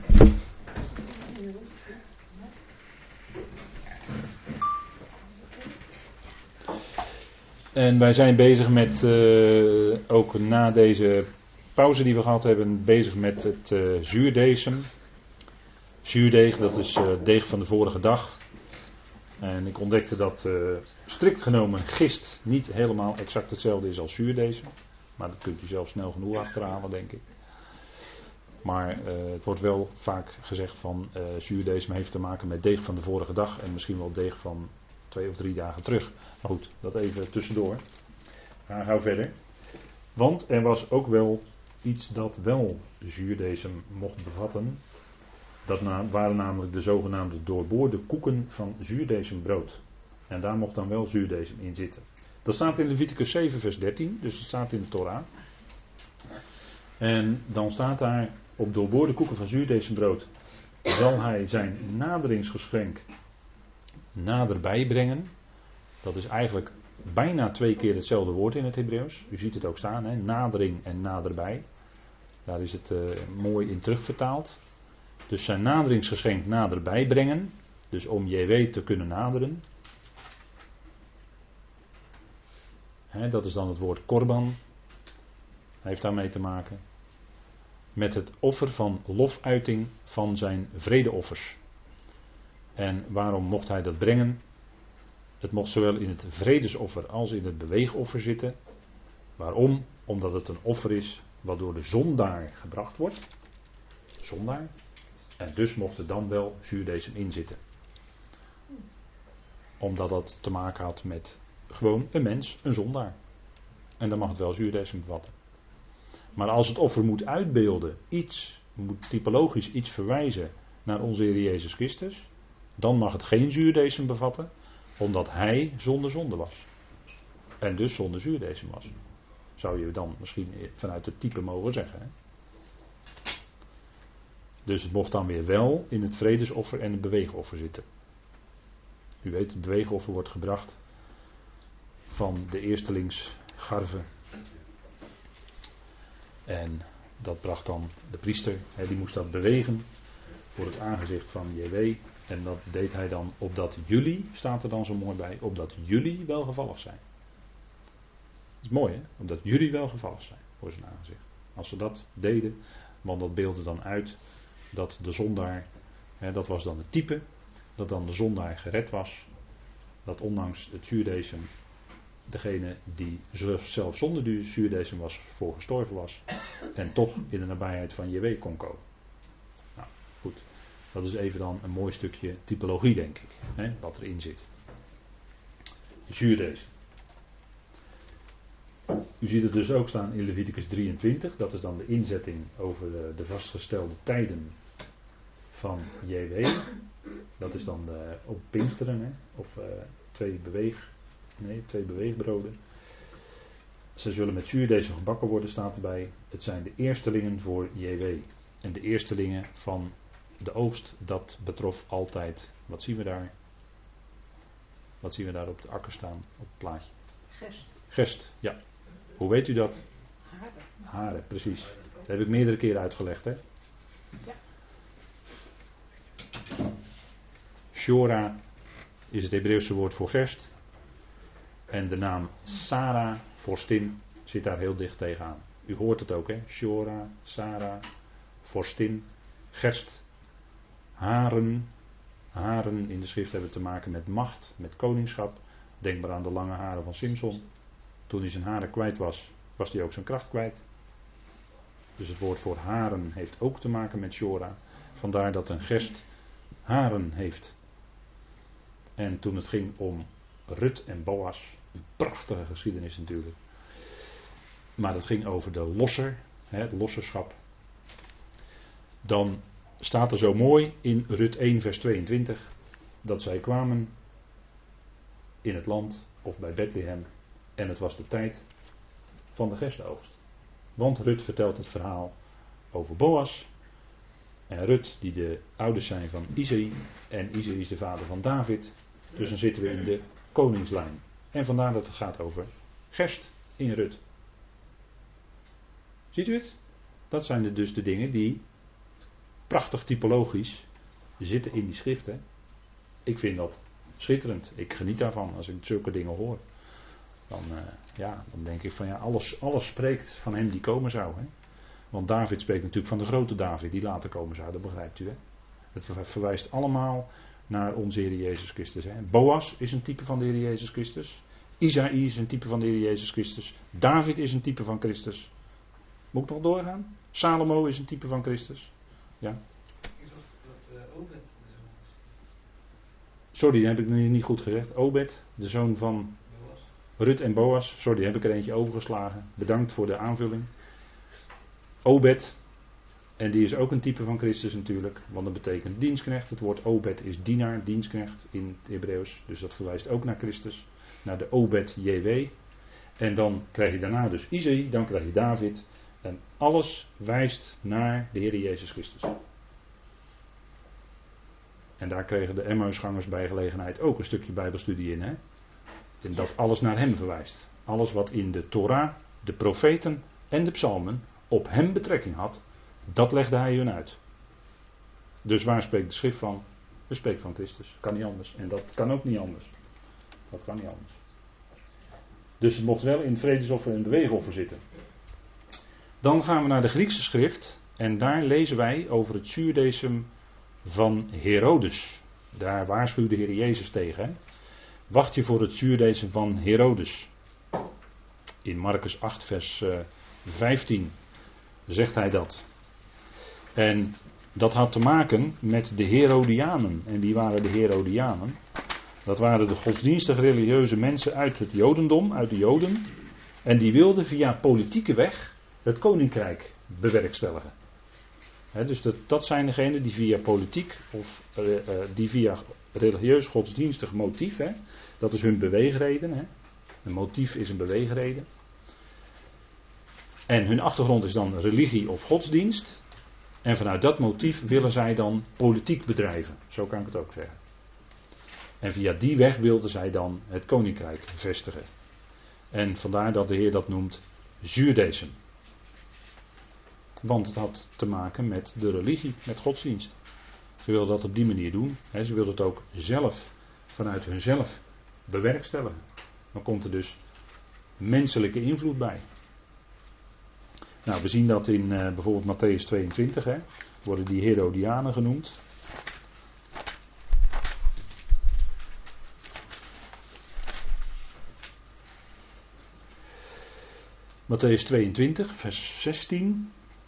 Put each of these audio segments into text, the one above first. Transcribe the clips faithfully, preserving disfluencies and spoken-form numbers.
En wij zijn bezig met, uh, ook na deze pauze die we gehad hebben, bezig met het uh, zuurdesem. Zuurdeeg, dat is uh, deeg van de vorige dag. En ik ontdekte dat uh, strikt genomen gist niet helemaal exact hetzelfde is als zuurdesem. Maar dat kunt u zelf snel genoeg achterhalen, denk ik. Maar uh, het wordt wel vaak gezegd van uh, zuurdesem heeft te maken met deeg van de vorige dag. En misschien wel deeg van twee of drie dagen terug. Maar goed, dat even tussendoor. Ga gauw verder. Want er was ook wel iets dat wel zuurdesem mocht bevatten. Dat na, waren namelijk de zogenaamde doorboorde koeken van zuurdesembrood. En daar mocht dan wel zuurdesem in zitten. Dat staat in Leviticus zeven vers dertien, dus het staat in de Torah. En dan staat daar, op doorboorde koeken van zuurdesembrood zal hij zijn naderingsgeschenk naderbij brengen. Dat is eigenlijk bijna twee keer hetzelfde woord in het Hebreeuws. U ziet het ook staan, hè? Nadering en naderbij. Daar is het uh, mooi in terugvertaald. Dus zijn naderingsgeschenk naderbij brengen. Dus om J W te kunnen naderen. He, dat is dan het woord korban. Hij heeft daarmee te maken. Met het offer van lofuiting van zijn vredeoffers. En waarom mocht hij dat brengen? Het mocht zowel in het vredesoffer als in het beweegoffer zitten. Waarom? Omdat het een offer is wat door de zondaar gebracht wordt. Zondaar. En dus mocht er dan wel zuurdesem in zitten. Omdat dat te maken had met gewoon een mens, een zondaar. En dan mag het wel zuurdesem bevatten. Maar als het offer moet uitbeelden, iets, moet typologisch iets verwijzen naar onze Heer Jezus Christus, dan mag het geen zuurdesem bevatten, omdat hij zonder zonde was. En dus zonder zuurdesem was. Zou je dan misschien vanuit het type mogen zeggen. Hè? Dus het mocht dan weer wel in het vredesoffer en het beweegoffer zitten. U weet, het beweegoffer wordt gebracht van de eerstelingsgarve. En dat bracht dan de priester, hè, die moest dat bewegen voor het aangezicht van J W. En dat deed hij dan opdat jullie, staat er dan zo mooi bij, opdat jullie welgevallig zijn. Dat is mooi, hè? Opdat jullie welgevallig zijn voor zijn aangezicht. Als ze dat deden, want dat beeldde dan uit dat de zondaar, hè, dat was dan het type, dat dan de zondaar gered was. Dat ondanks het zuurdesem, degene die zelf zonder de zuurdesem was, voor gestorven was. En toch in de nabijheid van J W kon komen. Nou, goed. Dat is even dan een mooi stukje typologie, denk ik. Hè, wat erin zit. Zuurdesem. U ziet het dus ook staan in Leviticus drieëntwintig. Dat is dan de inzetting over de, de vastgestelde tijden van J W. Dat is dan de, op Pinksteren. Hè, of uh, twee, beweeg, nee, twee beweegbroden. Ze zullen met zuurdesem gebakken worden, staat erbij. Het zijn de eerstelingen voor J W. En de eerstelingen van de oogst, dat betrof altijd. Wat zien we daar? Wat zien we daar op de akker staan, op het plaatje? Gerst. Gerst, ja. Hoe weet u dat? Haren. Haren, precies. Dat heb ik meerdere keren uitgelegd, hè? Ja. Shora is het Hebreeuwse woord voor gerst. En de naam Sarah, vorstin, zit daar heel dicht tegenaan. U hoort het ook, hè? Shora, Sarah, vorstin, gerst, haren. Haren in de schrift hebben te maken met macht, met koningschap. Denk maar aan de lange haren van Simson. Toen hij zijn haren kwijt was, was hij ook zijn kracht kwijt. Dus het woord voor haren heeft ook te maken met Shora. Vandaar dat een gerst haren heeft. En toen het ging om Rut en Boas, een prachtige geschiedenis natuurlijk. Maar het ging over de losser, het losserschap. Dan staat er zo mooi in Rut één vers tweeëntwintig dat zij kwamen in het land of bij Bethlehem en het was de tijd van de gerstenoogst. Want Rut vertelt het verhaal over Boas en Rut die de ouders zijn van Isaïe en Isaïe is de vader van David. Dus dan zitten we in de koningslijn. En vandaar dat het gaat over gerst in Rut. Ziet u het? Dat zijn dus de dingen die prachtig typologisch zitten in die schriften. Ik vind dat schitterend. Ik geniet daarvan als ik zulke dingen hoor. Dan, uh, ja, dan denk ik van ja, alles, alles spreekt van hem die komen zou. Hè? Want David spreekt natuurlijk van de grote David die later komen zou, dat begrijpt u. Hè? Het verwijst allemaal naar onze Heer Jezus Christus. Hè? Boas is een type van de Heer Jezus Christus. Isaïe is een type van de Heer Jezus Christus. David is een type van Christus. Moet ik nog doorgaan? Salomo is een type van Christus. Ja. Sorry, dat heb ik niet goed gezegd. Obed, de zoon van Rut en Boas. Sorry, heb ik er eentje overgeslagen. Bedankt voor de aanvulling. Obed. En die is ook een type van Christus natuurlijk. Want dat betekent dienstknecht. Het woord Obed is dienaar, dienstknecht in het Hebreeuws. Dus dat verwijst ook naar Christus. Naar de Obed J W. En dan krijg je daarna dus Isaïe. Dan krijg je David. En alles wijst naar de Heer Jezus Christus. En daar kregen de Emmausgangers bij gelegenheid ook een stukje bijbelstudie in. Hè? En dat alles naar hem verwijst. Alles wat in de Torah, de profeten en de psalmen op hem betrekking had, dat legde hij hun uit. Dus waar spreekt de schrift van? Het spreekt van Christus. Kan niet anders. En dat kan ook niet anders. Dat kan niet anders. Dus het mocht wel in vredesoffer en beweegoffer zitten. Dan gaan we naar de Griekse schrift. En daar lezen wij over het zuurdesem van Herodes. Daar waarschuwde de Heer Jezus tegen. Hè? Wacht je voor het zuurdesem van Herodes. In Marcus acht vers uh, vijftien zegt hij dat. En dat had te maken met de Herodianen. En wie waren de Herodianen? Dat waren de godsdienstig religieuze mensen uit het Jodendom, uit de Joden. En die wilden via politieke weg het koninkrijk bewerkstelligen. He, dus dat, dat zijn degenen die via politiek of uh, uh, die via religieus godsdienstig motief, he, dat is hun beweegreden. He. Een motief is een beweegreden. En hun achtergrond is dan religie of godsdienst. En vanuit dat motief willen zij dan politiek bedrijven. Zo kan ik het ook zeggen. En via die weg wilden zij dan het koninkrijk vestigen. En vandaar dat de Heer dat noemt zuurdesem. Want het had te maken met de religie, met godsdienst. Ze wilden dat op die manier doen. Hè, ze wilden het ook zelf, vanuit hunzelf, bewerkstelligen. Dan komt er dus menselijke invloed bij. Nou, we zien dat in uh, bijvoorbeeld Matthäus tweeëntwintig. Hè, worden die Herodianen genoemd. Matthäus tweeëntwintig, vers zestien.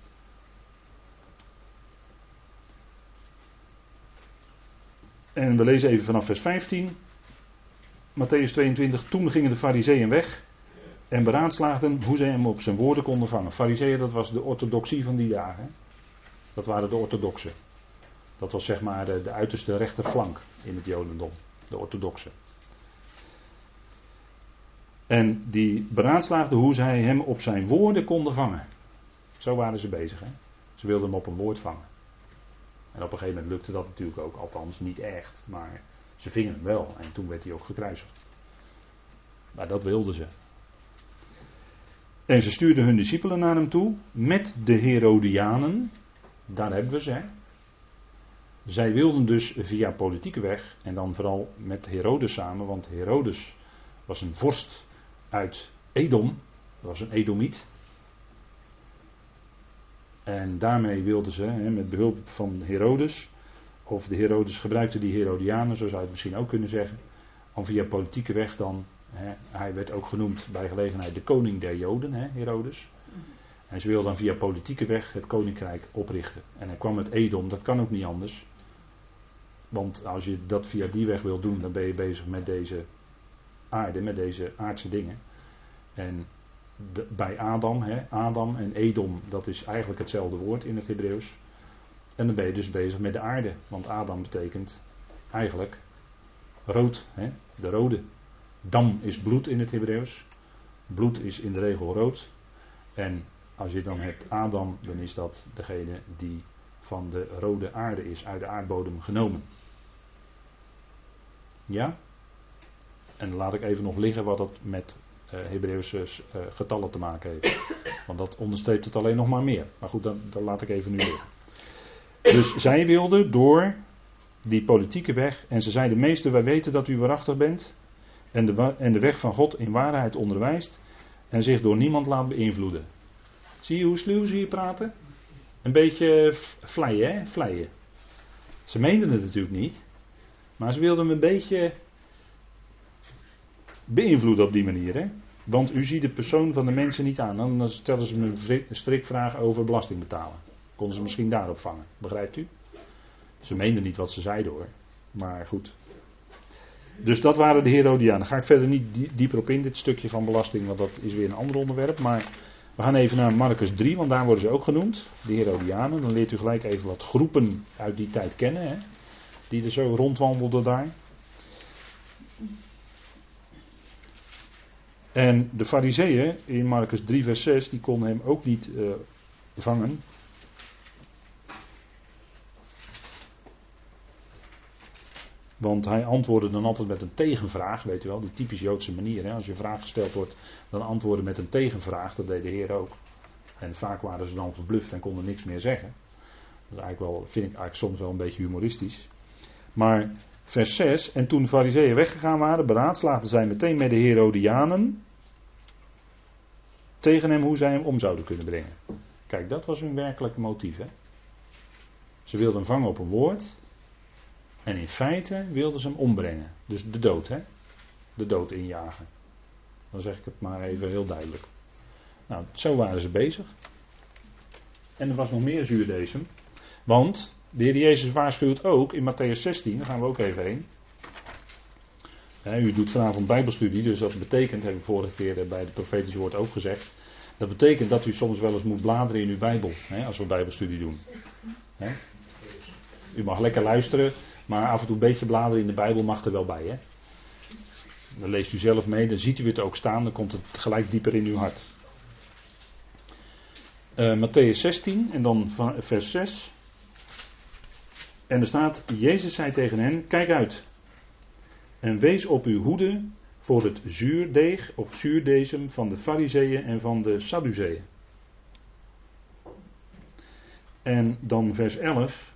En we lezen even vanaf vers vijftien. Matthäus tweeëntwintig. Toen gingen de Farizeeën weg en beraadslaagden hoe zij hem op zijn woorden konden vangen. Farizeeën, dat was de orthodoxie van die dagen. Hè? Dat waren de orthodoxen. Dat was zeg maar de, de uiterste rechterflank in het Jodendom. De orthodoxen. En die beraadslaagden hoe zij hem op zijn woorden konden vangen. Zo waren ze bezig. Hè? Ze wilden hem op een woord vangen. En op een gegeven moment lukte dat natuurlijk ook, althans niet echt, maar ze vingen hem wel en toen werd hij ook gekruisigd. Maar dat wilden ze. En ze stuurden hun discipelen naar hem toe met de Herodianen, daar hebben we ze. Hè? Zij wilden dus via politieke weg en dan vooral met Herodes samen, want Herodes was een vorst uit Edom, dat was een Edomiet. En daarmee wilden ze, hè, met behulp van Herodes, of de Herodes gebruikte die Herodianen, zo zou je het misschien ook kunnen zeggen, om via politieke weg dan, hè, hij werd ook genoemd bij gelegenheid de koning der Joden, hè, Herodes. En ze wilden dan via politieke weg het koninkrijk oprichten. En hij kwam uit Edom, dat kan ook niet anders. Want als je dat via die weg wil doen, dan ben je bezig met deze aarde, met deze aardse dingen. En de, bij Adam, hè, Adam en Edom, dat is eigenlijk hetzelfde woord in het Hebreeuws. En dan ben je dus bezig met de aarde. Want Adam betekent eigenlijk rood, hè, de rode. Dam is bloed in het Hebreeuws. Bloed is in de regel rood. En als je dan hebt Adam, dan is dat degene die van de rode aarde is, uit de aardbodem genomen. Ja? En dan laat ik even nog liggen wat dat met uh, Hebreeuwse uh, getallen te maken heeft. Want dat onderstreept het alleen nog maar meer. Maar goed, dan, dan laat ik even nu liggen. Dus zij wilden door die politieke weg. En ze zeiden: meester, wij weten dat u waarachtig bent. En de, en de weg van God in waarheid onderwijst. En zich door niemand laat beïnvloeden. Zie je hoe sluw ze hier praten? Een beetje vleien, hè? Vleien. Ze meenden het natuurlijk niet. Maar ze wilden hem een beetje beïnvloeden op die manier, hè? Want u ziet de persoon van de mensen niet aan. Dan stellen ze een strikvraag over belasting betalen. Konden ze misschien daarop vangen. Begrijpt u? Ze meenden niet wat ze zeiden, hoor. Maar goed. Dus dat waren de Herodianen. Daar ga ik verder niet dieper op in, dit stukje van belasting. Want dat is weer een ander onderwerp. Maar we gaan even naar Marcus drie. Want daar worden ze ook genoemd. De Herodianen. Dan leert u gelijk even wat groepen uit die tijd kennen. Hè, die er zo rondwandelden daar. En de Farizeeën in Marcus drie vers zes, die konden hem ook niet uh, vangen. Want hij antwoordde dan altijd met een tegenvraag, weet u wel, die typisch Joodse manier. Hè? Als je een vraag gesteld wordt, dan antwoorden met een tegenvraag, dat deed de Heer ook. En vaak waren ze dan verbluft en konden niks meer zeggen. Dat is eigenlijk wel, vind ik eigenlijk soms wel een beetje humoristisch. Maar vers zes, en toen de Farizeeën weggegaan waren, beraadslaagden zij meteen met de Herodianen tegen hem hoe zij hem om zouden kunnen brengen. Kijk, dat was hun werkelijke motief. Hè? Ze wilden hem vangen op een woord. En in feite wilden ze hem ombrengen. Dus de dood, hè? De dood injagen. Dan zeg ik het maar even heel duidelijk. Nou, zo waren ze bezig. En er was nog meer zuurdesem. Want de Heer Jezus waarschuwt ook in Matthäus zestien, daar gaan we ook even heen. He, u doet vanavond bijbelstudie, dus dat betekent, hebben we vorige keer bij het profetische woord ook gezegd. Dat betekent dat u soms wel eens moet bladeren in uw Bijbel, he, als we bijbelstudie doen. He. U mag lekker luisteren, maar af en toe een beetje bladeren in de Bijbel mag er wel bij. Hè? Dan leest u zelf mee, dan ziet u het ook staan, dan komt het gelijk dieper in uw hart. Uh, Matthäus zestien en dan vers zes. En er staat: Jezus zei tegen hen: kijk uit en wees op uw hoede voor het zuurdeeg of zuurdesem van de Farizeeën en van de Sadduceeën. En dan vers elf.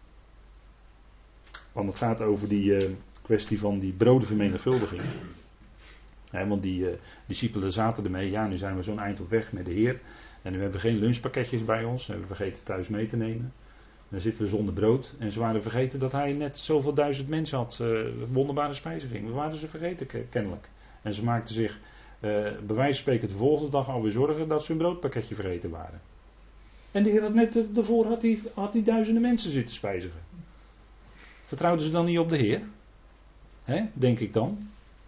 Want het gaat over die uh, kwestie van die brodenvermenigvuldiging. He, want die uh, discipelen zaten ermee. Ja, nu zijn we zo'n eind op weg met de Heer. En nu hebben we geen lunchpakketjes bij ons. Hebben we vergeten thuis mee te nemen. Dan zitten we zonder brood. En ze waren vergeten dat hij net zoveel duizend mensen had. Uh, wonderbare spijziging. We waren ze vergeten kennelijk. En ze maakten zich, uh, bij wijze van spreken, de volgende dag alweer zorgen dat ze hun broodpakketje vergeten waren. En de Heer had net daarvoor had hij, had hij duizenden mensen zitten spijzigen. Vertrouwden ze dan niet op de Heer? He, denk ik dan.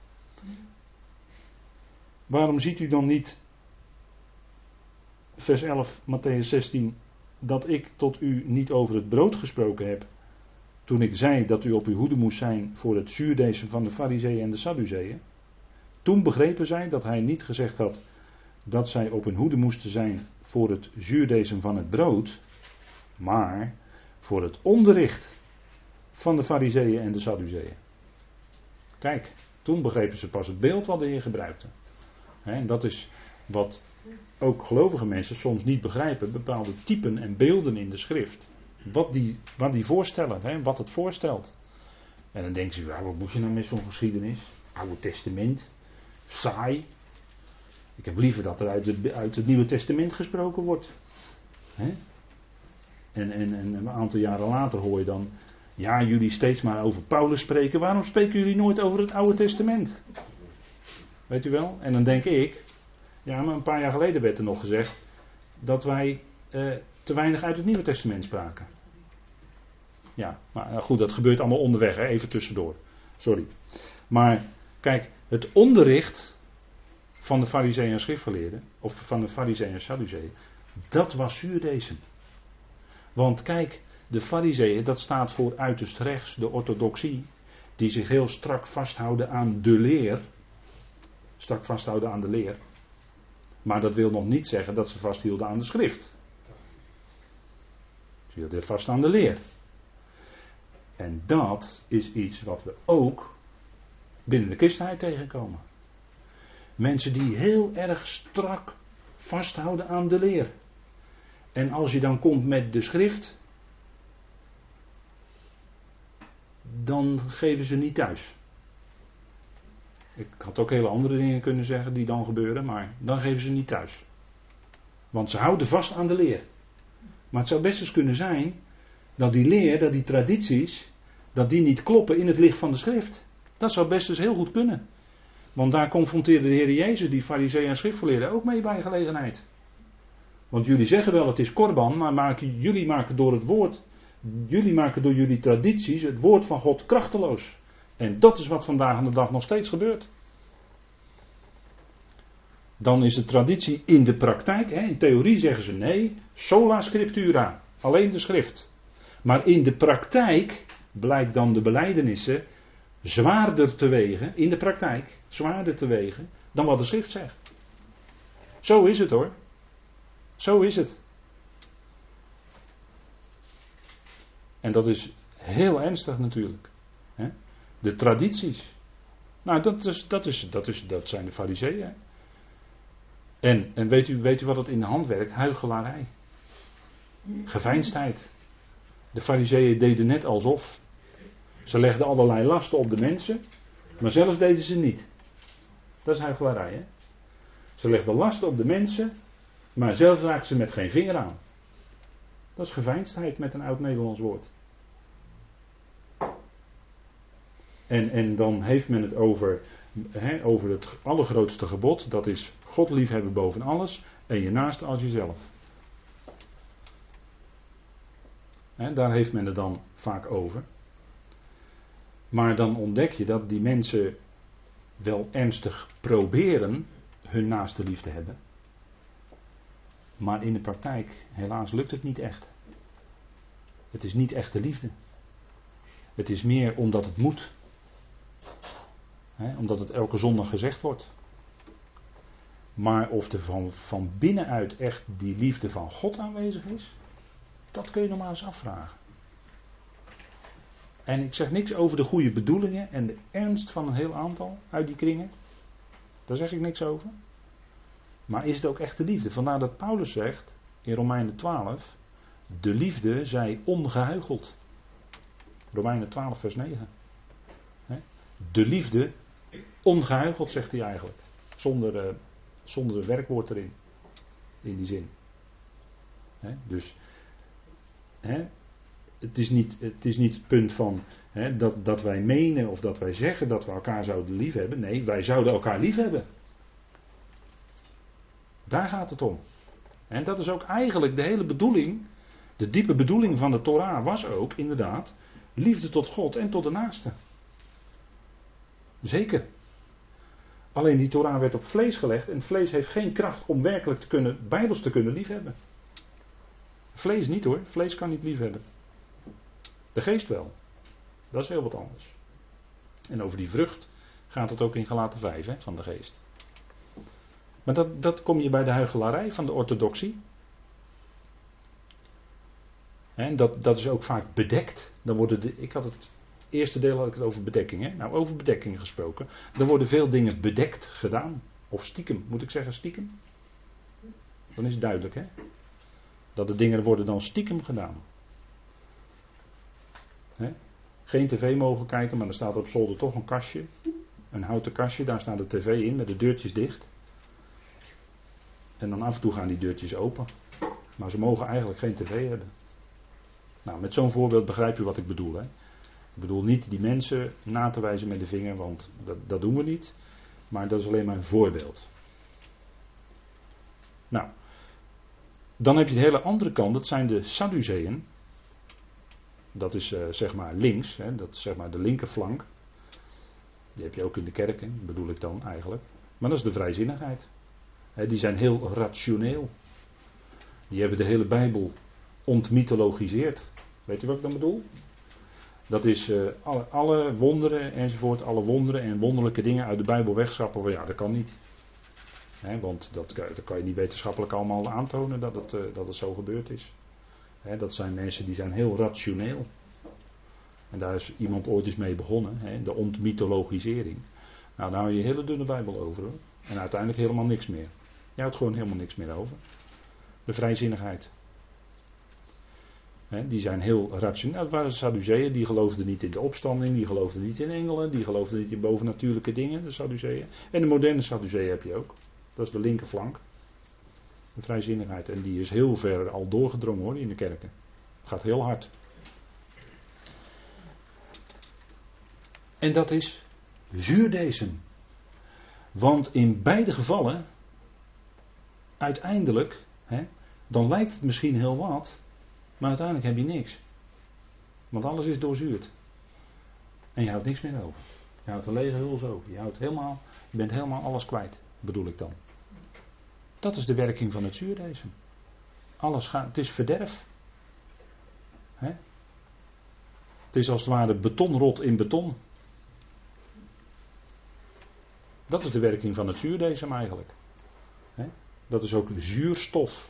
Waarom ziet u dan niet, vers elf, Matthäus zestien, dat ik tot u niet over het brood gesproken heb, toen ik zei dat u op uw hoede moest zijn voor het zuurdesem van de Farizeeën en de Sadduceeën? Toen begrepen zij dat hij niet gezegd had dat zij op hun hoede moesten zijn voor het zuurdesem van het brood, maar voor het onderricht van de Farizeeën en de Sadduceeën. Kijk, toen begrepen ze pas het beeld wat de Heer gebruikte. He, en dat is wat ook gelovige mensen soms niet begrijpen, bepaalde typen en beelden in de schrift. Wat die, wat die voorstellen, he, wat het voorstelt. En dan denken ze, ja, wat moet je nou met zo'n geschiedenis? Oude Testament, saai. Ik heb liever dat er uit het, uit het Nieuwe Testament gesproken wordt. He? En, en, en een aantal jaren later hoor je dan, ja, jullie steeds maar over Paulus spreken. Waarom spreken jullie nooit over het Oude Testament? Weet u wel? En dan denk ik, ja, maar een paar jaar geleden werd er nog gezegd dat wij eh, te weinig uit het Nieuwe Testament spraken. Ja, maar goed, dat gebeurt allemaal onderweg, hè? Even tussendoor. Sorry. Maar kijk, het onderricht van de Farizeeën en schriftgeleerden, of van de Farizeeën en Sadduceeën, dat was zuurdesem. Want kijk, de Farizeeën, dat staat voor uiterst rechts, de orthodoxie, die zich heel strak vasthouden aan de leer. Strak vasthouden aan de leer. Maar dat wil nog niet zeggen dat ze vasthielden aan de schrift. Ze hielden vast aan de leer. En dat is iets wat we ook binnen de christenheid tegenkomen. Mensen die heel erg strak vasthouden aan de leer. En als je dan komt met de schrift, dan geven ze niet thuis. Ik had ook hele andere dingen kunnen zeggen die dan gebeuren, maar dan geven ze niet thuis. Want ze houden vast aan de leer. Maar het zou best eens kunnen zijn dat die leer, dat die tradities, dat die niet kloppen in het licht van de schrift. Dat zou best eens heel goed kunnen. Want daar confronteerde de Heer Jezus die fariseeën en schriftgeleerden ook mee bij gelegenheid. Want jullie zeggen wel het is korban, maar maken, jullie maken door het woord, jullie maken door jullie tradities het woord van God krachteloos. En dat is wat vandaag aan de dag nog steeds gebeurt. Dan is de traditie in de praktijk, hè, in theorie zeggen ze nee, sola scriptura, alleen de schrift. Maar in de praktijk blijkt dan de belijdenissen zwaarder te wegen, in de praktijk, zwaarder te wegen, dan wat de schrift zegt. Zo is het hoor. Zo is het. En dat is heel ernstig natuurlijk. Hè? De tradities. Nou, dat, is, dat, is, dat, is, dat zijn de fariseeën. En, en weet, u, weet u wat het in de hand werkt? Huichelarij. Geveinsdheid. De fariseeën deden net alsof. Ze legden allerlei lasten op de mensen, maar zelf deden ze niet. Dat is huichelarij, hè? Ze legden lasten op de mensen, maar zelf raakten ze met geen vinger aan. Dat is geveinsdheid met een oud-Nederlands woord. En, en dan heeft men het over, hè, over het allergrootste gebod, dat is God liefhebben boven alles en je naaste als jezelf. Hè, daar heeft men het dan vaak over. Maar dan ontdek je dat die mensen wel ernstig proberen hun naaste lief te hebben. Maar in de praktijk, helaas, lukt het niet echt. Het is niet echte liefde. Het is meer omdat het moet. He, omdat het elke zondag gezegd wordt. Maar of er van, van binnenuit echt die liefde van God aanwezig is, dat kun je nog maar eens afvragen. En ik zeg niks over de goede bedoelingen en de ernst van een heel aantal uit die kringen. Daar zeg ik niks over. Maar is het ook echt de liefde? Vandaar dat Paulus zegt in Romeinen twaalf, de liefde zij ongehuicheld. Romeinen twaalf vers negen. De liefde ongehuicheld, zegt hij eigenlijk. Zonder, uh, zonder een werkwoord erin. In die zin. He, dus he, het, is niet, het is niet het punt van he, dat, dat wij menen of dat wij zeggen dat we elkaar zouden lief hebben. Nee, wij zouden elkaar lief hebben. Daar gaat het om. En dat is ook eigenlijk de hele bedoeling. De diepe bedoeling van de Torah was ook inderdaad liefde tot God en tot de naaste. Zeker. Alleen die Torah werd op vlees gelegd en vlees heeft geen kracht om werkelijk te kunnen, bijbels te kunnen liefhebben. Vlees niet hoor, vlees kan niet liefhebben. De geest wel. Dat is heel wat anders. En over die vrucht gaat het ook in Galaten vijf hè, van de geest. Maar dat, dat kom je bij de huichelarij van de orthodoxie. En dat, dat is ook vaak bedekt. Dan worden de, ik had het eerste deel had ik het over bedekking. Hè? Nou, over bedekking gesproken. Er worden veel dingen bedekt gedaan. Of stiekem, moet ik zeggen stiekem. Dan is het duidelijk, hè. Dat de dingen worden dan stiekem gedaan. Hè? Geen tv mogen kijken, maar er staat op zolder toch een kastje. Een houten kastje, daar staat de tv in met de deurtjes dicht. En dan af en toe gaan die deurtjes open. Maar ze mogen eigenlijk geen tv hebben. Nou, met zo'n voorbeeld begrijp je wat ik bedoel. Hè? Ik bedoel niet die mensen na te wijzen met de vinger, want dat, dat doen we niet. Maar dat is alleen maar een voorbeeld. Nou, dan heb je de hele andere kant, dat zijn de Sadduceeën. Dat is uh, zeg maar links, hè? Dat is zeg maar de linkerflank. Die heb je ook in de kerken, bedoel ik dan eigenlijk. Maar dat is de vrijzinnigheid. He, die zijn heel rationeel. Die hebben de hele Bijbel ontmythologiseerd. Weet u wat ik dan bedoel? Dat is uh, alle, alle wonderen enzovoort, alle wonderen en wonderlijke dingen uit de Bijbel wegschrappen. Ja, dat kan niet. He, want dat, dat kan je niet wetenschappelijk allemaal aantonen dat het, uh, dat het zo gebeurd is. He, dat zijn mensen die zijn heel rationeel. En daar is iemand ooit eens mee begonnen. He, de ontmythologisering. Nou, daar hou je een hele dunne Bijbel over. Hoor. En uiteindelijk helemaal niks meer. Je houdt gewoon helemaal niks meer over. De vrijzinnigheid. He, die zijn heel rationeel. Het waren de Sadduceeën, die geloofden niet in de opstanding, die geloofden niet in engelen, die geloofden niet in bovennatuurlijke dingen, de Sadduceeën. En de moderne Sadduceeën heb je ook. Dat is de linkerflank. De vrijzinnigheid. En die is heel ver al doorgedrongen hoor, in de kerken. Het gaat heel hard. En dat is zuurdesem. Want in beide gevallen, uiteindelijk, hè, dan lijkt het misschien heel wat, maar uiteindelijk heb je niks. Want alles is doorzuurd. En je houdt niks meer over. Je houdt een lege huls over. Je houdt helemaal, je bent helemaal alles kwijt, bedoel ik dan. Dat is de werking van het zuurdesem. Alles gaat, het is verderf. Hè? Het is als het ware betonrot in beton. Dat is de werking van het zuurdesem eigenlijk. Hè? Dat is ook zuurstof.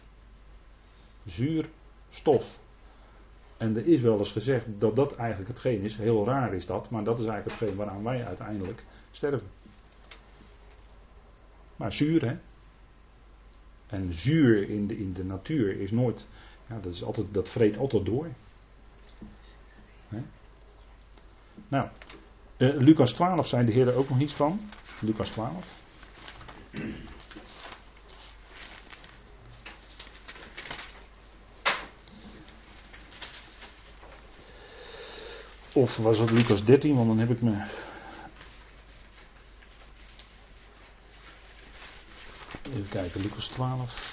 Zuurstof. En er is wel eens gezegd dat dat eigenlijk hetgeen is. Heel raar is dat, maar dat is eigenlijk hetgeen waaraan wij uiteindelijk sterven. Maar zuur, hè. En zuur in de, in de natuur is nooit, ja, dat, is altijd, dat vreet altijd door. Hè? Nou, uh, Lucas twaalf zei de Heer er ook nog iets van. Lucas twaalf. Of was het Lucas dertien, want dan heb ik me... Even kijken, Lucas twaalf.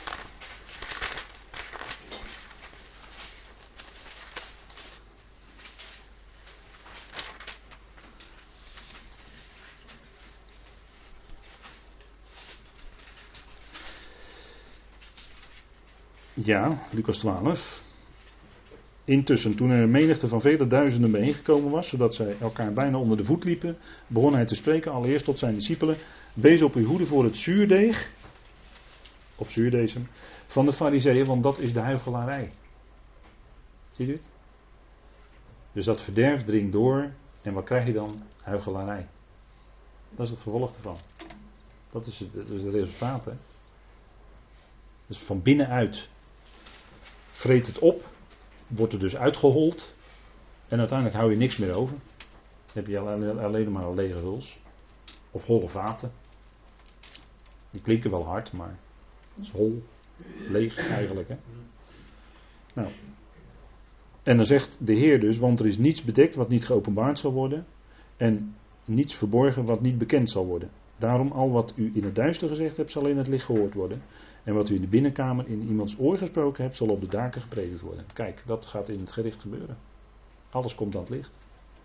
Ja, Lucas twaalf. Intussen, toen er een menigte van vele duizenden bijeengekomen was, zodat zij elkaar bijna onder de voet liepen, begon hij te spreken allereerst tot zijn discipelen: wees op uw hoede voor het zuurdeeg, of zuurdesem, van de Farizeeën, want dat is de huichelarij. Zie je dit? Dus dat verderf dringt door, en wat krijg je dan? Huichelarij. Dat is het gevolg ervan. Dat is het, dat is het resultaat, hè. Dus van binnenuit vreet het op, wordt er dus uitgehold, en uiteindelijk hou je niks meer over. Dan heb je alleen maar een lege huls. Of holle vaten. Die klinken wel hard, maar het is hol, leeg eigenlijk. Hè? Nou. En dan zegt de Heer dus, want er is niets bedekt wat niet geopenbaard zal worden, en niets verborgen wat niet bekend zal worden. Daarom al wat u in het duister gezegd hebt, zal in het licht gehoord worden. En wat u in de binnenkamer in iemands oor gesproken hebt, zal op de daken gepredikt worden. Kijk, dat gaat in het gericht gebeuren. Alles komt aan het licht.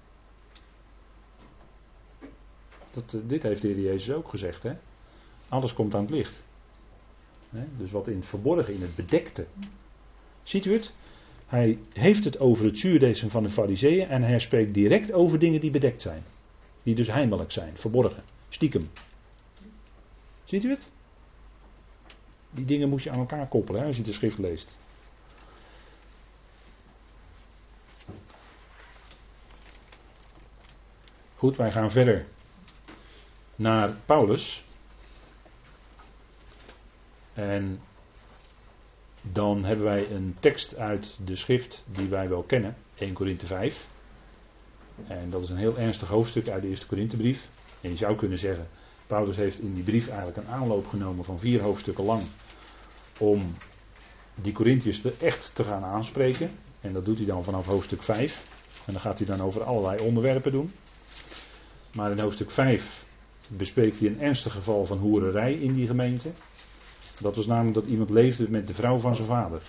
Dat, uh, dit heeft de Heer Jezus ook gezegd. Hè? Alles komt aan het licht. Hè? Dus wat in het verborgen, in het bedekte. Ziet u het? Hij heeft het over het zuurdesem van de Farizeeën en hij spreekt direct over dingen die bedekt zijn. Die dus heimelijk zijn, verborgen, stiekem. Ziet u het? Die dingen moet je aan elkaar koppelen, hè, als je de schrift leest. Goed, wij gaan verder naar Paulus. En dan hebben wij een tekst uit de schrift die wij wel kennen, Eerste Korinthe vijf. En dat is een heel ernstig hoofdstuk uit de Eerste Korinthebrief. En je zou kunnen zeggen, Paulus heeft in die brief eigenlijk een aanloop genomen van vier hoofdstukken lang om die Korinthiërs echt te gaan aanspreken. En dat doet hij dan vanaf hoofdstuk vijf. En dan gaat hij dan over allerlei onderwerpen doen. Maar in hoofdstuk vijf bespreekt hij een ernstig geval van hoererij in die gemeente. Dat was namelijk dat iemand leefde met de vrouw van zijn vader.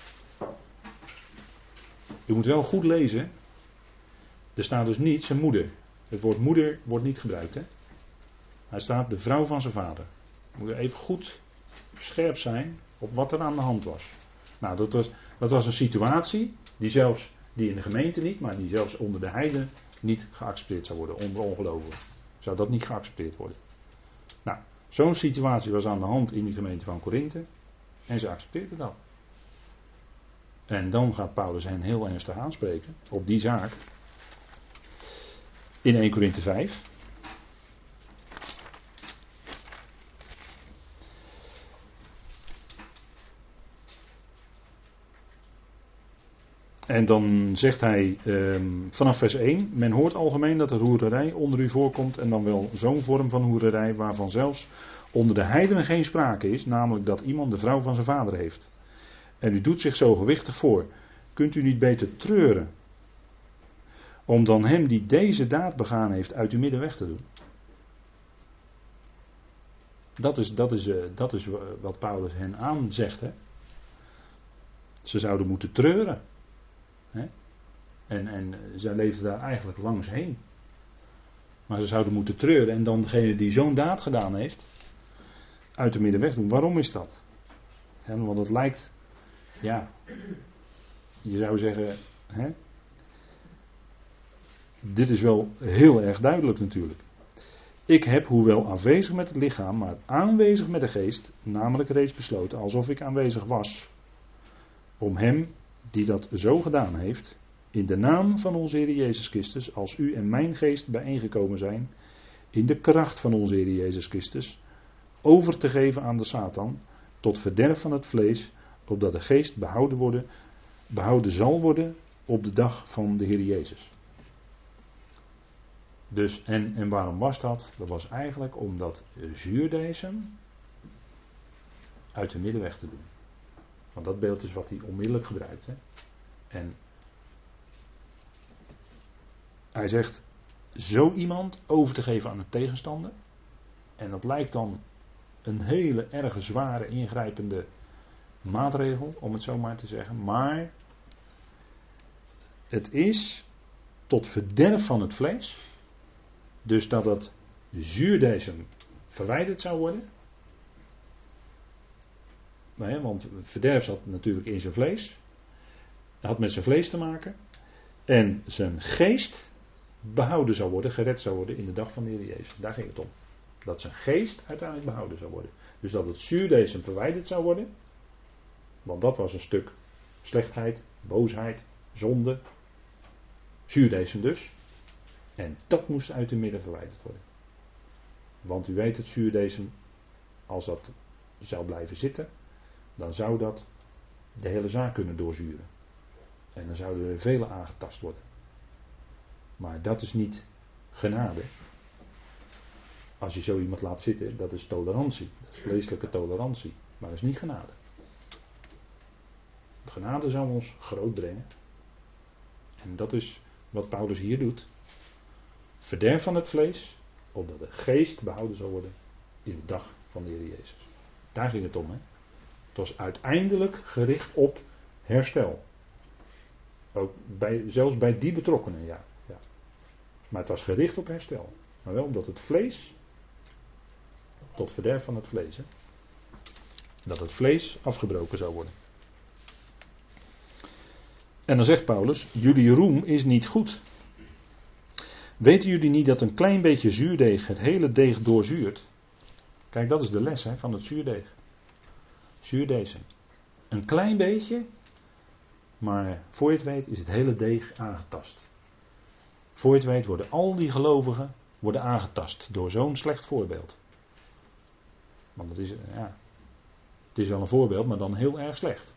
U moet wel goed lezen. Er staat dus niet zijn moeder. Het woord moeder wordt niet gebruikt. Hè? Hij staat de vrouw van zijn vader. Moet je even goed scherp zijn op wat er aan de hand was. Nou, dat was, dat was een situatie die zelfs, die in de gemeente niet, maar die zelfs onder de heiden niet geaccepteerd zou worden. Onder ongelovigen zou dat niet geaccepteerd worden. Nou, zo'n situatie was aan de hand in die gemeente van Korinthe. En ze accepteerden dat. En dan gaat Paulus hen heel ernstig aanspreken op die zaak. In Eerste Korinthe vijf. En dan zegt hij um, vanaf vers één, men hoort algemeen dat er hoererij onder u voorkomt en dan wel zo'n vorm van hoererij waarvan zelfs onder de heidenen geen sprake is, namelijk dat iemand de vrouw van zijn vader heeft. En u doet zich zo gewichtig voor. Kunt u niet beter treuren om dan hem die deze daad begaan heeft uit uw midden weg te doen? Dat is, dat is, uh, dat is wat Paulus hen aanzegt. Hè? Ze zouden moeten treuren. Hè? En, en zij leefden daar eigenlijk langs heen. Maar ze zouden moeten treuren en dan degene die zo'n daad gedaan heeft, uit de midden weg doen. Waarom is dat? Hè, want het lijkt, ja, je zou zeggen, hè, dit is wel heel erg duidelijk natuurlijk. Ik heb, hoewel afwezig met het lichaam, maar aanwezig met de geest, namelijk reeds besloten, alsof ik aanwezig was, om hem die dat zo gedaan heeft, in de naam van onze Heer Jezus Christus, als u en mijn geest bijeengekomen zijn, in de kracht van onze Heer Jezus Christus, over te geven aan de Satan, tot verderf van het vlees, opdat de geest behouden, worden, behouden zal worden op de dag van de Heer Jezus. Dus, en, en waarom was dat? Dat was eigenlijk om dat zuurdesem uit de middenweg te doen. Want dat beeld is wat hij onmiddellijk gebruikt. Hè? En hij zegt, zo iemand over te geven aan een tegenstander. En dat lijkt dan een hele erge zware ingrijpende maatregel, om het zo maar te zeggen. Maar het is tot verderf van het vlees. Dus dat het zuurdesem verwijderd zou worden. Nee, want verderf zat natuurlijk in zijn vlees. Dat had met zijn vlees te maken. En zijn geest behouden zou worden, gered zou worden in de dag van de Heer Jezus. Daar ging het om. Dat zijn geest uiteindelijk behouden zou worden. Dus dat het zuurdesem verwijderd zou worden. Want dat was een stuk slechtheid, boosheid, zonde. Zuurdesem dus. En dat moest uit de midden verwijderd worden. Want u weet het zuurdesem, als dat zou blijven zitten, dan zou dat de hele zaak kunnen doorzuren. En dan zouden er vele aangetast worden. Maar dat is niet genade. Als je zo iemand laat zitten, dat is tolerantie. Dat is vleeselijke tolerantie. Maar dat is niet genade. Genade zou ons groot brengen. En dat is wat Paulus hier doet. Verderf van het vlees, opdat de geest behouden zal worden in de dag van de Heer Jezus. Daar ging het om. Hè? Het was uiteindelijk gericht op herstel. Ook bij, zelfs bij die betrokkenen, ja, ja. Maar het was gericht op herstel. Maar wel omdat het vlees, tot verderf van het vlees, hè? Dat het vlees afgebroken zou worden. En dan zegt Paulus, jullie roem is niet goed. Weten jullie niet dat een klein beetje zuurdeeg het hele deeg doorzuurt? Kijk, dat is de les hè, van het zuurdeeg. Zuurdesem. Een klein beetje, maar voor je het weet is het hele deeg aangetast. Voor je het weet worden al die gelovigen worden aangetast door zo'n slecht voorbeeld. Want het is, ja, het is wel een voorbeeld, maar dan heel erg slecht.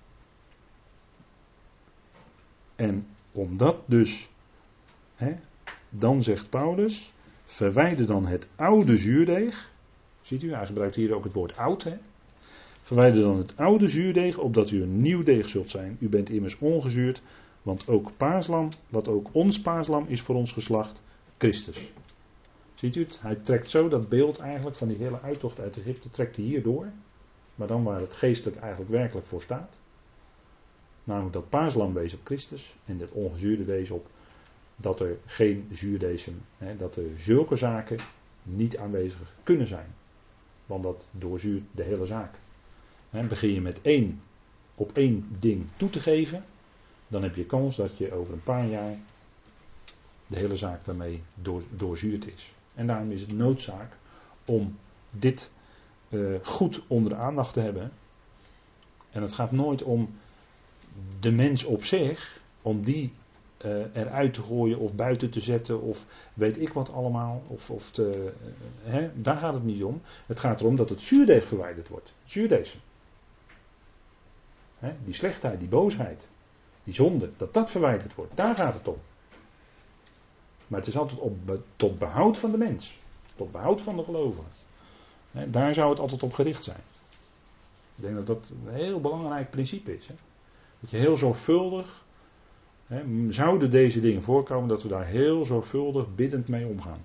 En omdat dus, hè, dan zegt Paulus, verwijder dan het oude zuurdeeg. Ziet u, hij gebruikt hier ook het woord oud. Hè? Verwijder dan het oude zuurdeeg, opdat u een nieuw deeg zult zijn. U bent immers ongezuurd, want ook paaslam, wat ook ons paaslam is voor ons geslacht, Christus. Ziet u het? Hij trekt zo dat beeld eigenlijk van die hele uittocht uit Egypte, trekt hij hier door. Maar dan waar het geestelijk eigenlijk werkelijk voor staat. Namelijk dat paaslam wees op Christus en dat ongezuurde wees op dat er geen zuurdesem, hè, dat er zulke zaken niet aanwezig kunnen zijn. Want dat doorzuurt de hele zaak. Hè, begin je met één, op één ding toe te geven, dan heb je kans dat je over een paar jaar de hele zaak daarmee door, doorzuurd is. En daarom is het noodzaak om dit uh, goed onder de aandacht te hebben. En het gaat nooit om de mens op zich, om die uh, eruit te gooien of buiten te zetten of weet ik wat allemaal. Of, of te, uh, hè, daar gaat het niet om. Het gaat erom dat het zuurdeeg verwijderd wordt. Zuurdesem. Hè, die slechtheid, die boosheid. Die zonde, dat dat verwijderd wordt. Daar gaat het om. Maar het is altijd op, tot behoud van de mens. Tot behoud van de gelovigen. He, daar zou het altijd op gericht zijn. Ik denk dat dat een heel belangrijk principe is. He. Dat je heel zorgvuldig, he, zouden deze dingen voorkomen, dat we daar heel zorgvuldig biddend mee omgaan.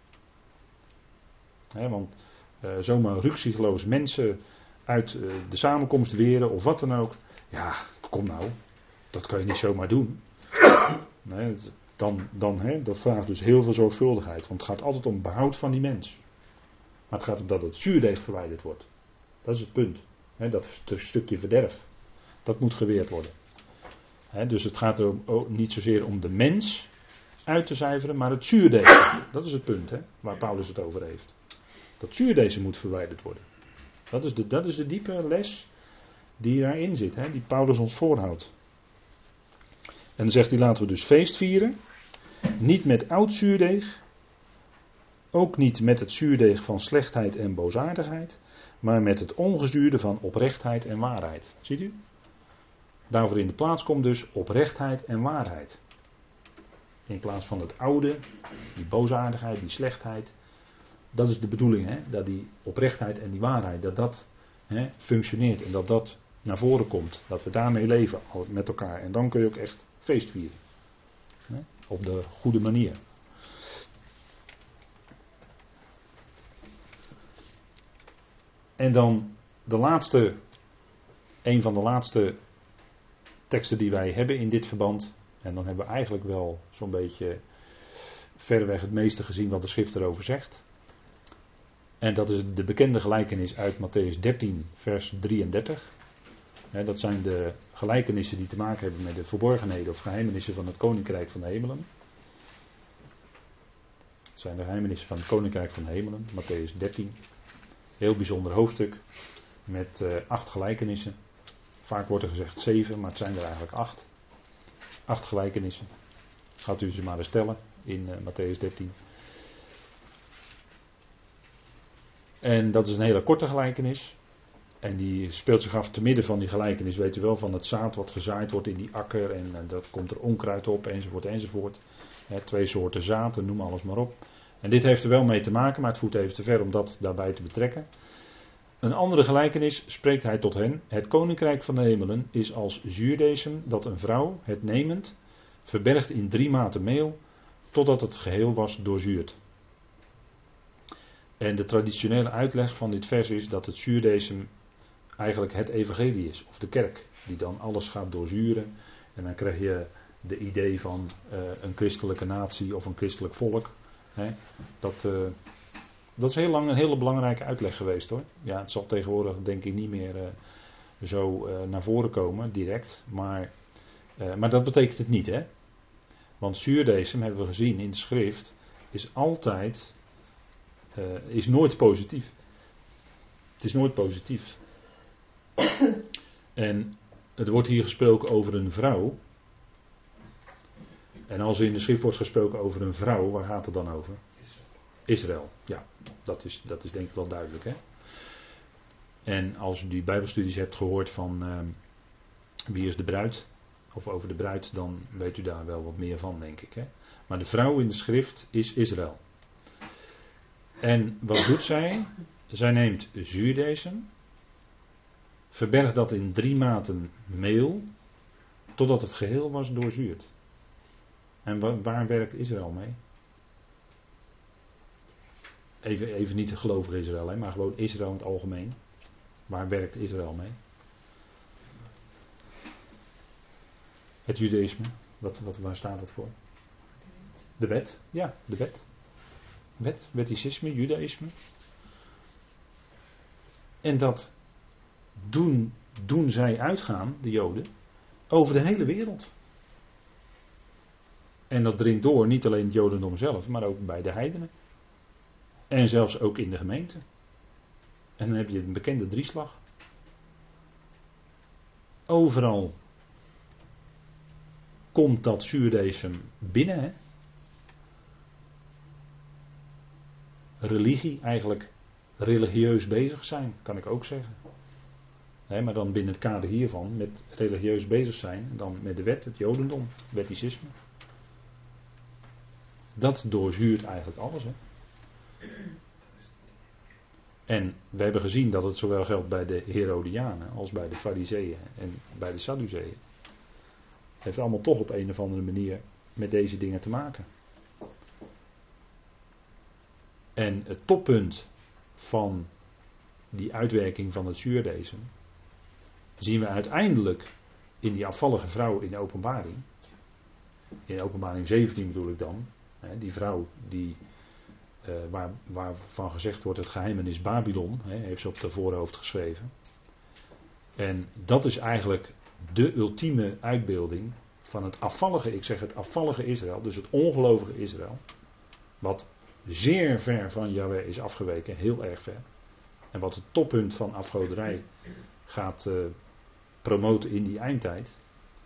He, want uh, zomaar ruksigloos mensen uit uh, de samenkomst weren of wat dan ook. Ja, kom nou. Dat kan je niet zomaar doen. Nee, dan, dan, he, dat vraagt dus heel veel zorgvuldigheid. Want het gaat altijd om behoud van die mens. Maar het gaat om dat het zuurdeeg verwijderd wordt. Dat is het punt. He, dat stukje verderf. Dat moet geweerd worden. He, dus het gaat er ook niet zozeer om de mens uit te zuiveren, maar het zuurdeeg. Dat is het punt he, waar Paulus het over heeft. Dat zuurdeeg moet verwijderd worden. Dat is de, dat is de diepe les die daarin zit. He, die Paulus ons voorhoudt. En dan zegt hij, laten we dus feest vieren. Niet met oud zuurdeeg. Ook niet met het zuurdeeg van slechtheid en boosaardigheid. Maar met het ongezuurde van oprechtheid en waarheid. Ziet u? Daarvoor in de plaats komt dus oprechtheid en waarheid. In plaats van het oude, die boosaardigheid, die slechtheid. Dat is de bedoeling, hè? Dat die oprechtheid en die waarheid, dat dat hè, functioneert. En dat dat naar voren komt. Dat we daarmee leven met elkaar. En dan kun je ook echt feest vieren. Hè? Op de goede manier. En dan de laatste, een van de laatste teksten die wij hebben in dit verband. En dan hebben we eigenlijk wel zo'n beetje verreweg het meeste gezien wat de schrift erover zegt. En dat is de bekende gelijkenis uit Mattheüs dertien, vers drieëndertig. He, dat zijn de gelijkenissen die te maken hebben met de verborgenheden of geheimenissen van het Koninkrijk van de Hemelen. Dat zijn de geheimenissen van het Koninkrijk van de Hemelen, Mattheüs dertien. Heel bijzonder hoofdstuk met uh, acht gelijkenissen. Vaak wordt er gezegd zeven, maar het zijn er eigenlijk acht. Acht gelijkenissen. Gaat u ze maar eens tellen in uh, Mattheüs dertien. En dat is een hele korte gelijkenis. En die speelt zich af te midden van die gelijkenis, weet u wel, van het zaad wat gezaaid wordt in die akker. En uh, dat komt er onkruid op, enzovoort, enzovoort. He, twee soorten zaad, noem alles maar op. En dit heeft er wel mee te maken, maar het voert even te ver om dat daarbij te betrekken. Een andere gelijkenis spreekt hij tot hen. Het koninkrijk van de hemelen is als zuurdesem dat een vrouw, het nemend, verbergt in drie maten meel, totdat het geheel was doorzuurd. En de traditionele uitleg van dit vers is dat het zuurdesem eigenlijk het evangelie is, of de kerk, die dan alles gaat doorzuren. En dan krijg je de idee van uh, een christelijke natie of een christelijk volk. Hè? Dat, uh, dat is heel lang een hele belangrijke uitleg geweest hoor. Ja, het zal tegenwoordig denk ik niet meer uh, zo uh, naar voren komen, direct. Maar, uh, maar dat betekent het niet hè. Want zuurdesem, hebben we gezien in de schrift, is altijd, uh, is nooit positief. Het is nooit positief. En het wordt hier gesproken over een vrouw. En als er in de schrift wordt gesproken over een vrouw, waar gaat het dan over? Israël. Ja, dat is, dat is denk ik wel duidelijk. Hè? En als u die bijbelstudies hebt gehoord van uh, wie is de bruid, of over de bruid, dan weet u daar wel wat meer van, denk ik. Hè? Maar de vrouw in de schrift is Israël. En wat doet zij? Zij neemt zuurdesem, verbergt dat in drie maten meel, totdat het geheel was doorzuurd. En waar, waar werkt Israël mee? Even, even niet de gelovige Israël, hè, maar gewoon Israël in het algemeen. Waar werkt Israël mee? Het judaïsme. Wat, wat, waar staat dat voor? De wet. Ja, de wet. Wet, wetticisme, judaïsme. En dat doen, doen zij uitgaan, de Joden, over de hele wereld. En dat dringt door, niet alleen het Jodendom zelf, maar ook bij de heidenen. En zelfs ook in de gemeente. En dan heb je een bekende drieslag. Overal komt dat zuurdesem binnen. Hè? Religie, eigenlijk religieus bezig zijn, kan ik ook zeggen. He, maar dan binnen het kader hiervan met religieus bezig zijn. En dan met de wet, het jodendom, wetticisme. Dat doorzuurt eigenlijk alles. Hè. En we hebben gezien dat het zowel geldt bij de Herodianen als bij de Farizeeën en bij de Sadduceeën. Het heeft allemaal toch op een of andere manier met deze dingen te maken. En het toppunt van die uitwerking van het zuurdezen zien we uiteindelijk in die afvallige vrouw in de openbaring. In openbaring zeventien bedoel ik dan. Hè, die vrouw die, uh, waar, waarvan gezegd wordt het geheimenis Babylon. Hè, heeft ze op de voorhoofd geschreven. En dat is eigenlijk de ultieme uitbeelding van het afvallige, ik zeg het afvallige Israël. Dus het ongelovige Israël. Wat zeer ver van Yahweh is afgeweken. Heel erg ver. En wat het toppunt van afgoderij gaat uh, promoten in die eindtijd.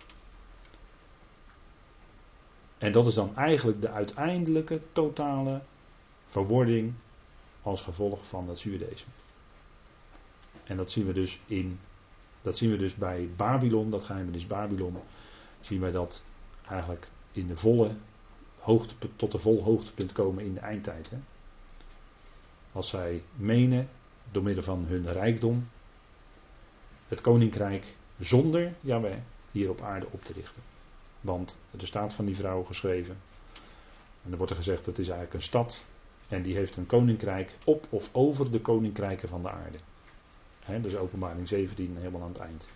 En dat is dan eigenlijk de uiteindelijke totale verwording als gevolg van het zuurdezen. En dat zien we dus in, dat zien we dus bij Babylon, dat geheimenis Babylon, zien wij dat eigenlijk in de volle hoogtepunt, tot de vol hoogtepunt komen in de eindtijd. Hè? Als zij menen, door middel van hun rijkdom, het koninkrijk zonder Jahweh hier op aarde op te richten. Want er staat van die vrouw geschreven, en er wordt er gezegd dat het is eigenlijk een stad, en die heeft een koninkrijk op of over de koninkrijken van de aarde. He, dus openbaring zeventien helemaal aan het eind.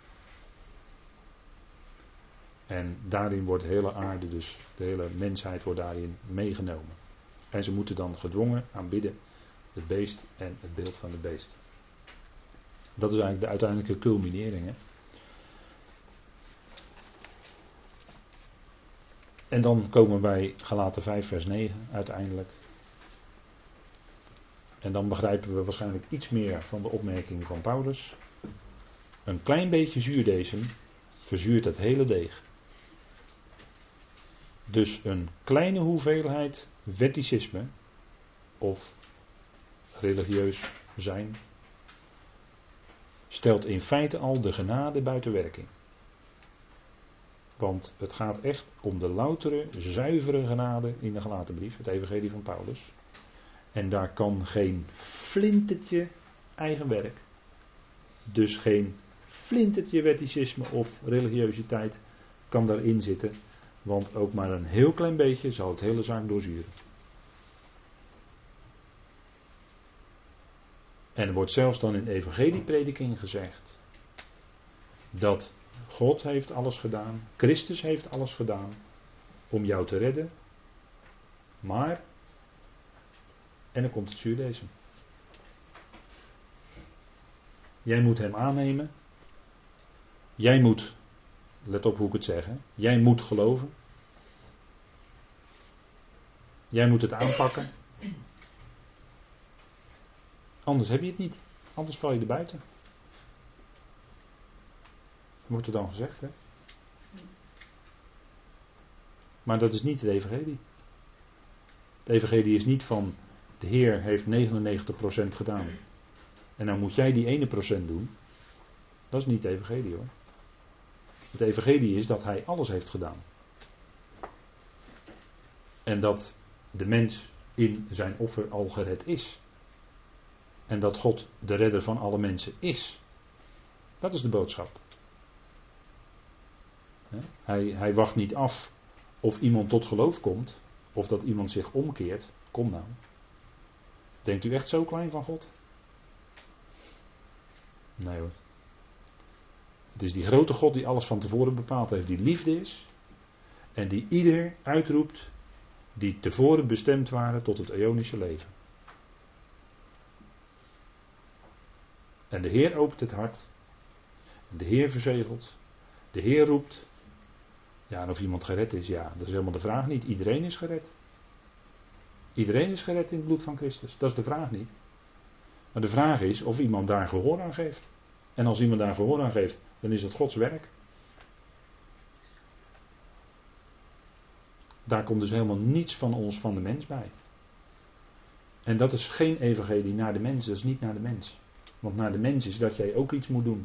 En daarin wordt de hele aarde, dus de hele mensheid wordt daarin meegenomen. En ze moeten dan gedwongen aanbidden het beest en het beeld van het beest. Dat is eigenlijk de uiteindelijke culminering. Hè? En dan komen we bij Galaten vijf vers negen uiteindelijk. En dan begrijpen we waarschijnlijk iets meer van de opmerking van Paulus. Een klein beetje zuurdezen verzuurt het hele deeg. Dus een kleine hoeveelheid wetticisme of religieus zijn stelt in feite al de genade buiten werking. Want het gaat echt om de loutere, zuivere genade in de Galatenbrief, het evangelie van Paulus. En daar kan geen flintertje eigen werk, dus geen flintertje wetticisme of religiositeit kan daarin zitten. Want ook maar een heel klein beetje zal het hele zaak doorzuren. En er wordt zelfs dan in evangelieprediking gezegd dat God heeft alles gedaan, Christus heeft alles gedaan om jou te redden. Maar, en dan komt het zuurdezen. Jij moet hem aannemen. Jij moet, let op hoe ik het zeg, hè? Jij moet geloven. Jij moet het aanpakken. Anders heb je het niet. Anders val je er buiten. Wordt er dan gezegd, hè? Maar dat is niet het evangelie. Het evangelie is niet van de Heer heeft negenennegentig procent gedaan. En dan moet jij die ene procent doen. Dat is niet het evangelie, hoor. Het evangelie is dat hij alles heeft gedaan. En dat de mens in zijn offer al gered is. En dat God de redder van alle mensen is. Dat is de boodschap. Hij, hij wacht niet af of iemand tot geloof komt. Of dat iemand zich omkeert. Kom nou. Denkt u echt zo klein van God? Nee hoor. Het is die grote God die alles van tevoren bepaald heeft. Die liefde is. En die ieder uitroept die tevoren bestemd waren tot het eonische leven. En de Heer opent het hart. En de Heer verzegelt. De Heer roept. Ja, en of iemand gered is, ja, dat is helemaal de vraag niet. Iedereen is gered. Iedereen is gered in het bloed van Christus. Dat is de vraag niet. Maar de vraag is of iemand daar gehoor aan geeft. En als iemand daar gehoor aan geeft, dan is het Gods werk. Daar komt dus helemaal niets van ons, van de mens bij. En dat is geen evangelie naar de mens, dat is niet naar de mens. Want naar de mens is dat jij ook iets moet doen.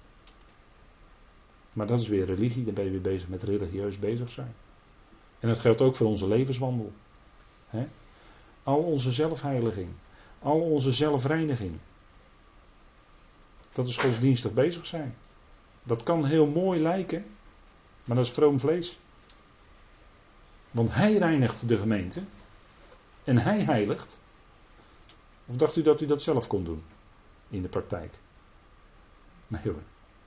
Maar dat is weer religie, dan ben je weer bezig met religieus bezig zijn. En dat geldt ook voor onze levenswandel. He? Al onze zelfheiliging, al onze zelfreiniging. Dat is godsdienstig bezig zijn. Dat kan heel mooi lijken, maar dat is vroom vlees. Want hij reinigt de gemeente. En hij heiligt. Of dacht u dat u dat zelf kon doen? In de praktijk. Nee hoor.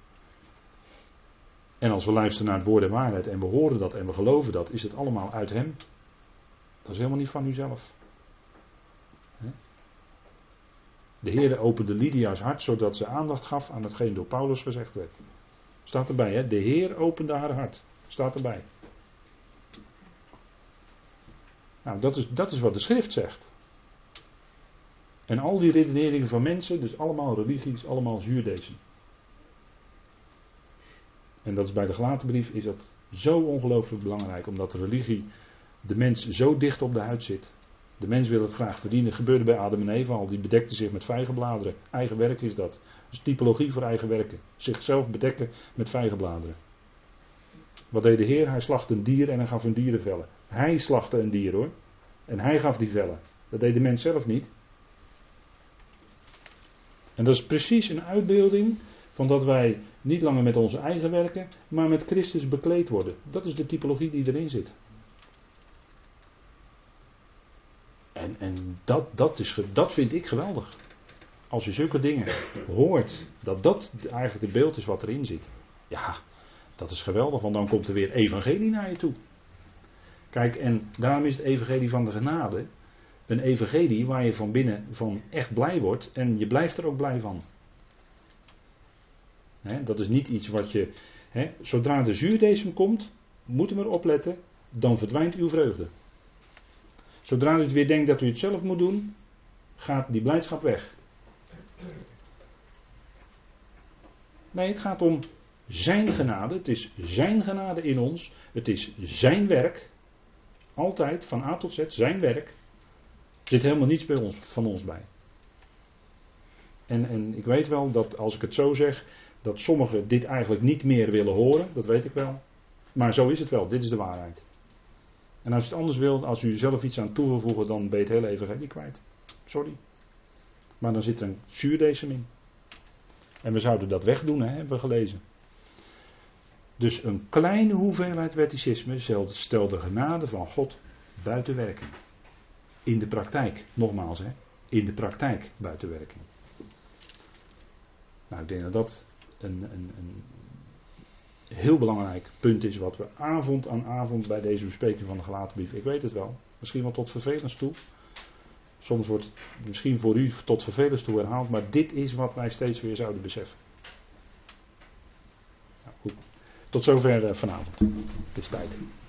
En als we luisteren naar het woord en waarheid en we horen dat en we geloven dat, is het allemaal uit hem. Dat is helemaal niet van uzelf. De Heer opende Lydia's hart zodat ze aandacht gaf aan hetgeen door Paulus gezegd werd. Staat erbij, hè? De Heer opende haar hart. Staat erbij. Nou, dat is, dat is wat de schrift zegt. En al die redeneringen van mensen, dus allemaal religies, allemaal zuurdezen. En dat is bij de Galatenbrief is dat zo ongelooflijk belangrijk, omdat de religie de mens zo dicht op de huid zit. De mens wil het graag verdienen. Dat gebeurde bij Adam en Eva al. Die bedekten zich met vijgenbladeren. Eigen werk is dat. Dat is typologie voor eigen werken. Zichzelf bedekken met vijgenbladeren. Wat deed de Heer? Hij slachtte een dier en hij gaf een dierenvellen. Hij slachtte een dier hoor. En hij gaf die vellen. Dat deed de mens zelf niet. En dat is precies een uitbeelding van dat wij niet langer met onze eigen werken, maar met Christus bekleed worden. Dat is de typologie die erin zit. En, en dat, dat, is, dat vind ik geweldig. Als je zulke dingen hoort, dat dat eigenlijk het beeld is wat erin zit. Ja, dat is geweldig, want dan komt er weer evangelie naar je toe. Kijk, en daarom is het evangelie van de genade een evangelie waar je van binnen van echt blij wordt en je blijft er ook blij van. He, dat is niet iets wat je... He, zodra de zuurdesem komt, moet u maar opletten, dan verdwijnt uw vreugde. Zodra u het weer denkt dat u het zelf moet doen, gaat die blijdschap weg. Nee, het gaat om zijn genade. Het is zijn genade in ons. Het is zijn werk. Altijd, van A tot Z, zijn werk. Er zit helemaal niets bij ons, van ons bij. En, en ik weet wel dat als ik het zo zeg, dat sommigen dit eigenlijk niet meer willen horen. Dat weet ik wel. Maar zo is het wel. Dit is de waarheid. En als je het anders wilt, als u zelf iets aan toe wil voegen, dan ben je het hele evangelie kwijt. Sorry. Maar dan zit er een zuurdesem in. En we zouden dat wegdoen, hè, hebben we gelezen. Dus een kleine hoeveelheid wetticisme stelt de genade van God buiten werking. In de praktijk, nogmaals, hè, in de praktijk buiten werking. Nou, ik denk dat dat een, een, een heel belangrijk punt is wat we avond aan avond bij deze bespreking van de Galatenbrief, ik weet het wel, misschien wel tot vervelens toe. Soms wordt het misschien voor u tot vervelens toe herhaald, maar dit is wat wij steeds weer zouden beseffen. Nou, goed. Tot zover vanavond. Het is tijd.